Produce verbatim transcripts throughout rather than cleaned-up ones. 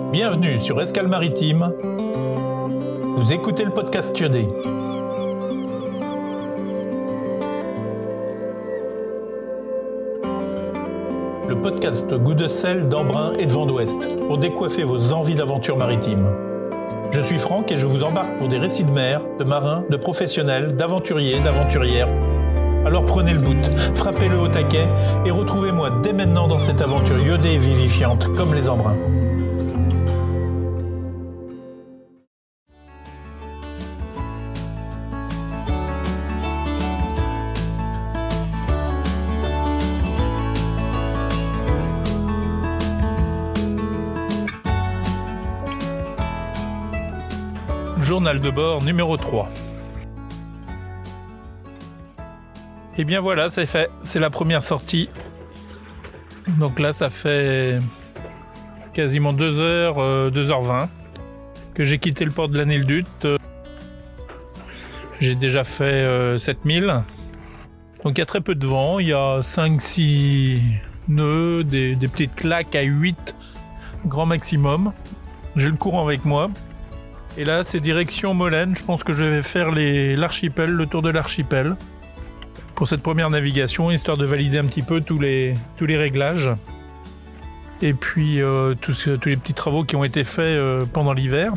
Bienvenue sur Escale Maritime. Vous écoutez le podcast Thiodé. Le podcast goût de sel, d'embrun et de vent d'ouest pour décoiffer vos envies d'aventure maritime. Je suis Franck et je vous embarque pour des récits de mer, de marins, de professionnels, d'aventuriers, d'aventurières. Alors prenez le bout, frappez-le au taquet et retrouvez-moi dès maintenant dans cette aventure iodée et vivifiante comme les embruns. Journal de bord numéro trois. Et bien voilà, c'est fait. C'est la première sortie. Donc là, ça fait quasiment deux heures, euh, deux heures vingt que j'ai quitté le port de la Nilduth. Euh, j'ai déjà fait euh, sept mille. Donc il y a très peu de vent. Il y a cinq six nœuds, des, des petites claques à huit grand maximum. J'ai le courant avec moi. Et là, c'est direction Molène. Je pense que je vais faire les, l'archipel, le tour de l'archipel pour cette première navigation, histoire de valider un petit peu tous les, tous les réglages. Et puis, euh, tous, tous les petits travaux qui ont été faits euh, pendant l'hiver.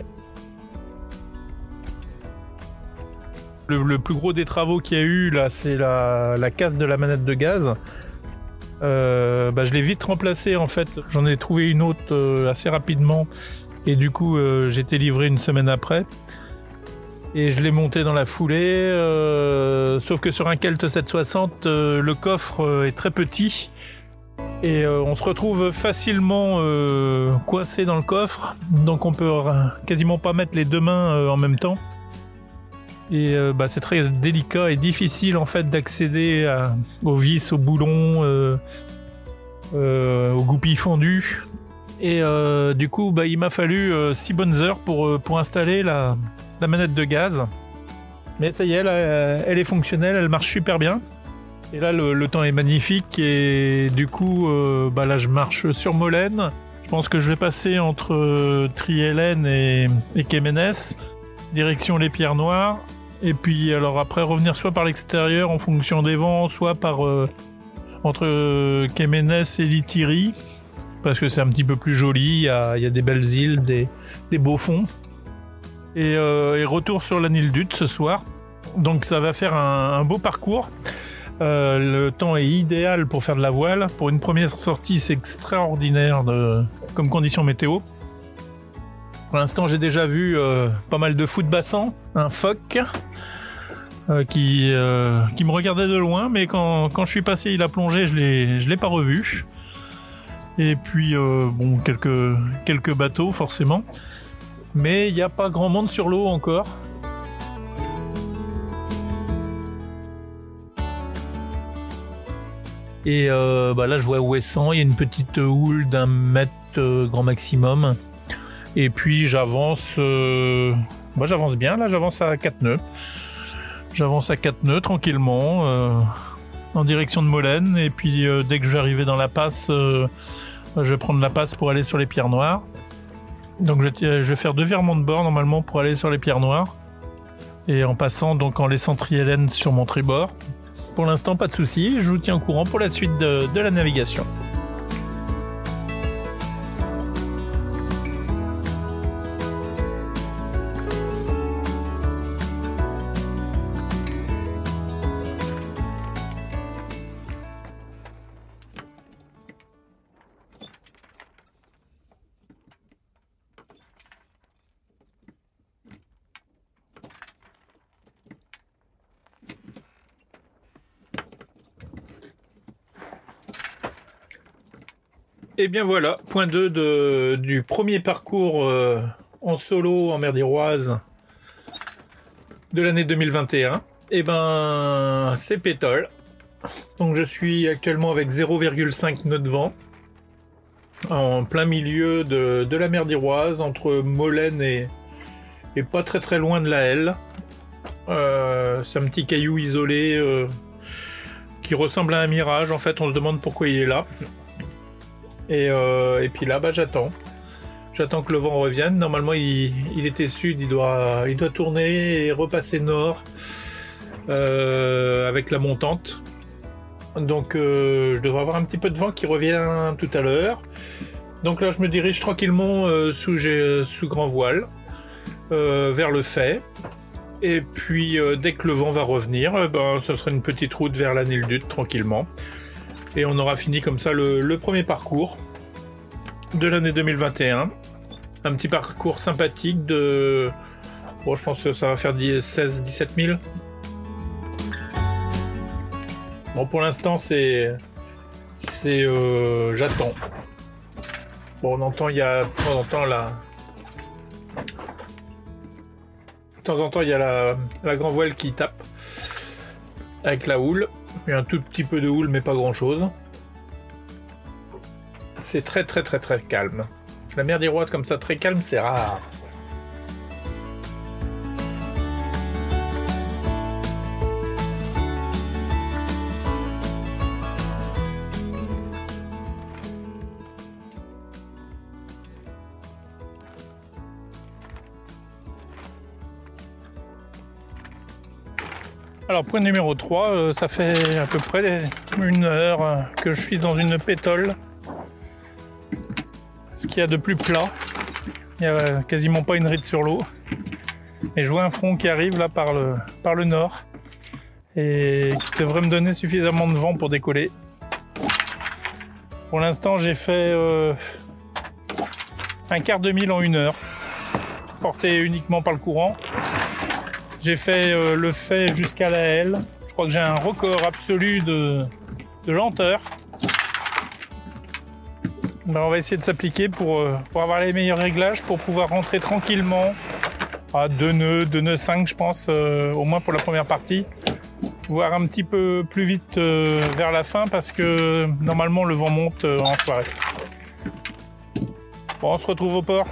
Le, le plus gros des travaux qu'il y a eu, là, c'est la, la casse de la manette de gaz. Euh, bah, je l'ai vite remplacée, en fait. J'en ai trouvé une autre euh, assez rapidement. Et du coup, euh, j'ai été livré une semaine après. Et je l'ai monté dans la foulée. Euh, sauf que sur un Kelt sept cent soixante, euh, le coffre euh, est très petit. Et euh, on se retrouve facilement euh, coincé dans le coffre. Donc on peut euh, quasiment pas mettre les deux mains euh, en même temps. Et euh, bah, c'est très délicat et difficile en fait d'accéder à, aux vis, aux boulons, euh, euh, aux goupilles fondues. Et euh, du coup, bah, il m'a fallu euh, six bonnes heures pour, euh, pour installer la, la manette de gaz. Mais ça y est, là, elle est fonctionnelle, elle marche super bien. Et là, le, le temps est magnifique. Et du coup, euh, bah, là, je marche sur Molène. Je pense que je vais passer entre euh, Triellen et, et Kemenès, direction les Pierres Noires. Et puis, alors après, revenir soit par l'extérieur en fonction des vents, soit par euh, entre euh, Kemenès et Lithiri. Parce que c'est un petit peu plus joli, il y a, il y a des belles îles, des, des beaux fonds. Et, euh, et retour sur la Nilduth ce soir. Donc ça va faire un, un beau parcours. Euh, le temps est idéal pour faire de la voile. Pour une première sortie, c'est extraordinaire de, comme condition météo. Pour l'instant, j'ai déjà vu euh, pas mal de foot bassin, un phoque euh, qui, euh, qui me regardait de loin, mais quand, quand je suis passé, il a plongé, je l'ai, je l'ai pas revu. Et puis, euh, bon, quelques, quelques bateaux, forcément. Mais il n'y a pas grand monde sur l'eau encore. Et euh, bah là, je vois Ouessant, il y a une petite houle d'un mètre euh, grand maximum. Et puis, j'avance... Euh, bah, j'avance bien, là, j'avance à quatre nœuds. J'avance à quatre nœuds, tranquillement, euh, en direction de Molène. Et puis, euh, dès que je vais arriver dans la passe... Euh, je vais prendre la passe pour aller sur les Pierres Noires. Donc je, je vais faire deux virements de bord normalement pour aller sur les Pierres Noires. Et en passant, donc en laissant Triellen sur mon tribord. Pour l'instant, pas de soucis. Je vous tiens au courant pour la suite de, de la navigation. Et bien voilà, point deux de, du premier parcours euh, en solo en mer d'Iroise de l'année deux mille vingt et un. Et ben c'est pétole. Donc je suis actuellement avec zéro virgule cinq nœuds de vent en plein milieu de, de la mer d'Iroise, entre Molène et, et pas très très loin de la Helle. Euh, c'est un petit caillou isolé euh, qui ressemble à un mirage. En fait, on se demande pourquoi il est là. Et, euh, et puis là, bah, j'attends. J'attends que le vent revienne. Normalement, il, il était sud, il doit, il doit tourner et repasser nord euh, avec la montante. Donc, euh, je devrais avoir un petit peu de vent qui revient tout à l'heure. Donc là, je me dirige tranquillement euh, sous, sous grand voile euh, vers le Fay. Et puis, euh, dès que le vent va revenir, euh, ben, ça sera une petite route vers la Nilduth tranquillement. Et on aura fini comme ça le, le premier parcours de l'année deux mille vingt et un. Un petit parcours sympathique de... Bon, je pense que ça va faire seize à dix-sept mille. Bon, pour l'instant, c'est... C'est... Euh, j'attends. Bon, on entend, il y a... De temps en temps, la... De temps en temps, il y a la, la grand voile qui tape avec la houle. Il y a un tout petit peu de houle, mais pas grand-chose. C'est très très très très calme. La mer d'Iroise comme ça, très calme, c'est rare. Alors point numéro trois, euh, ça fait à peu près une heure euh, que je suis dans une pétole. Ce qu'il y a de plus plat. Il n'y a quasiment pas une ride sur l'eau. Et je vois un front qui arrive là par le, par le nord. Et qui devrait me donner suffisamment de vent pour décoller. Pour l'instant j'ai fait euh, un quart de mille en une heure. Porté uniquement par le courant. J'ai fait euh, le Fay jusqu'à la L. Je crois que j'ai un record absolu de, de lenteur. Ben, on va essayer de s'appliquer pour, euh, pour avoir les meilleurs réglages, pour pouvoir rentrer tranquillement à deux nœuds, deux nœuds cinq je pense, euh, au moins pour la première partie. Voire un petit peu plus vite euh, vers la fin parce que normalement le vent monte euh, en soirée. Bon, on se retrouve au port.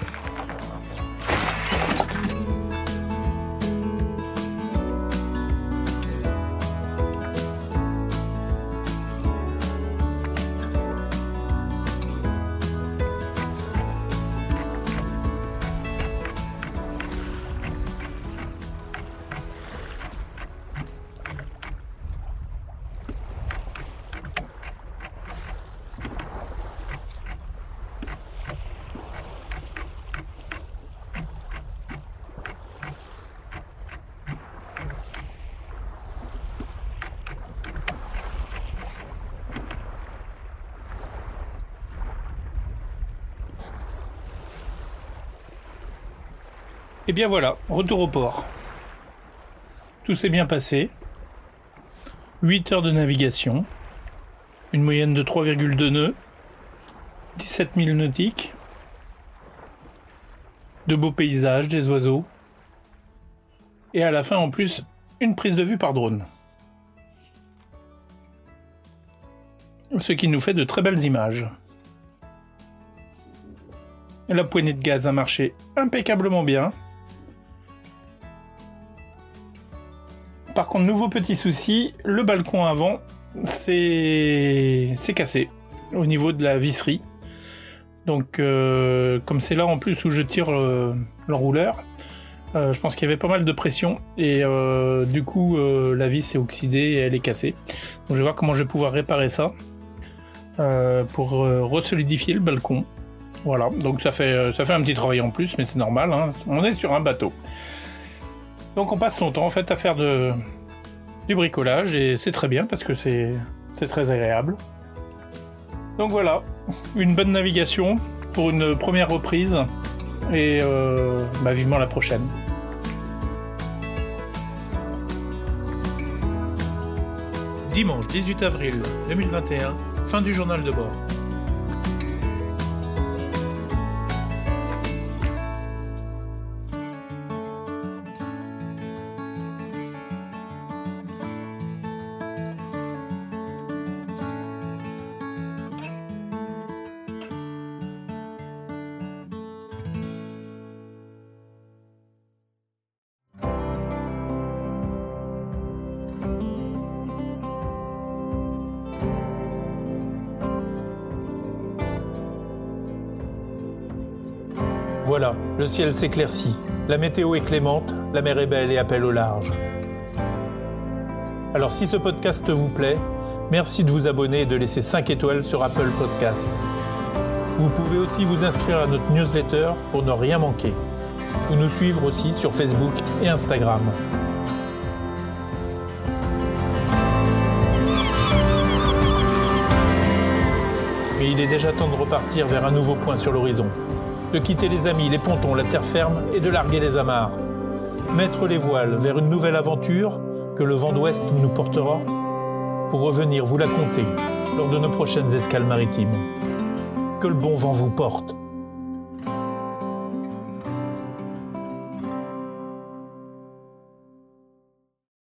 Et bien voilà, retour au port. Tout s'est bien passé. huit heures de navigation. Une moyenne de trois virgule deux nœuds. dix-sept milles nautiques. De beaux paysages, des oiseaux. Et à la fin, en plus, une prise de vue par drone. Ce qui nous fait de très belles images. La poignée de gaz a marché impeccablement bien. Par contre, nouveau petit souci, le balcon avant, c'est c'est cassé au niveau de la visserie. Donc, euh, comme c'est là en plus où je tire le, le rouleur, euh, je pense qu'il y avait pas mal de pression et euh, du coup, euh, la vis est oxydée et elle est cassée. Donc, je vais voir comment je vais pouvoir réparer ça euh, pour euh, resolidifier le balcon. Voilà, donc ça fait ça fait un petit travail en plus, mais c'est normal, hein. On est sur un bateau. Donc on passe son temps en fait à faire de, du bricolage et c'est très bien parce que c'est, c'est très agréable. Donc voilà, une bonne navigation pour une première reprise et euh, bah vivement la prochaine. Dimanche dix-huit avril deux mille vingt et un, fin du journal de bord. Voilà, le ciel s'éclaircit, la météo est clémente, la mer est belle et appelle au large. Alors si ce podcast vous plaît, merci de vous abonner et de laisser cinq étoiles sur Apple Podcast. Vous pouvez aussi vous inscrire à notre newsletter pour ne rien manquer, ou nous suivre aussi sur Facebook et Instagram. Mais il est déjà temps de repartir vers un nouveau point sur l'horizon, de quitter les amis, les pontons, la terre ferme et de larguer les amarres. Mettre les voiles vers une nouvelle aventure que le vent d'ouest nous portera pour revenir vous la conter lors de nos prochaines escales maritimes. Que le bon vent vous porte.